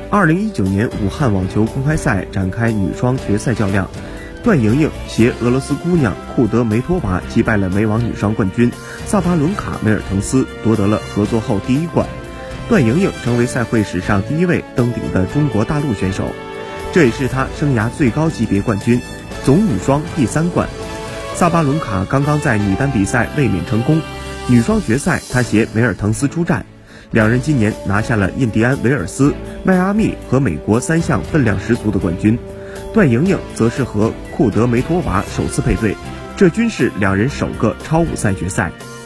2019年武汉网球公开赛展开女双决赛较量，段莹莹携俄罗斯姑娘库德梅托娃击败了美网女双冠军萨巴伦卡梅尔滕斯，夺得了合作后第1冠。段莹莹成为赛会史上第1位登顶的中国大陆选手，这也是她生涯最高级别冠军，总女双第3冠。萨巴伦卡刚刚在女单比赛卫冕成功，女双决赛她携梅尔滕斯出战，两人今年拿下了印第安维尔斯、迈阿密和美国3项分量十足的冠军。段莹莹则是和库德梅托娃首次配对，这均是两人首个超5赛决赛。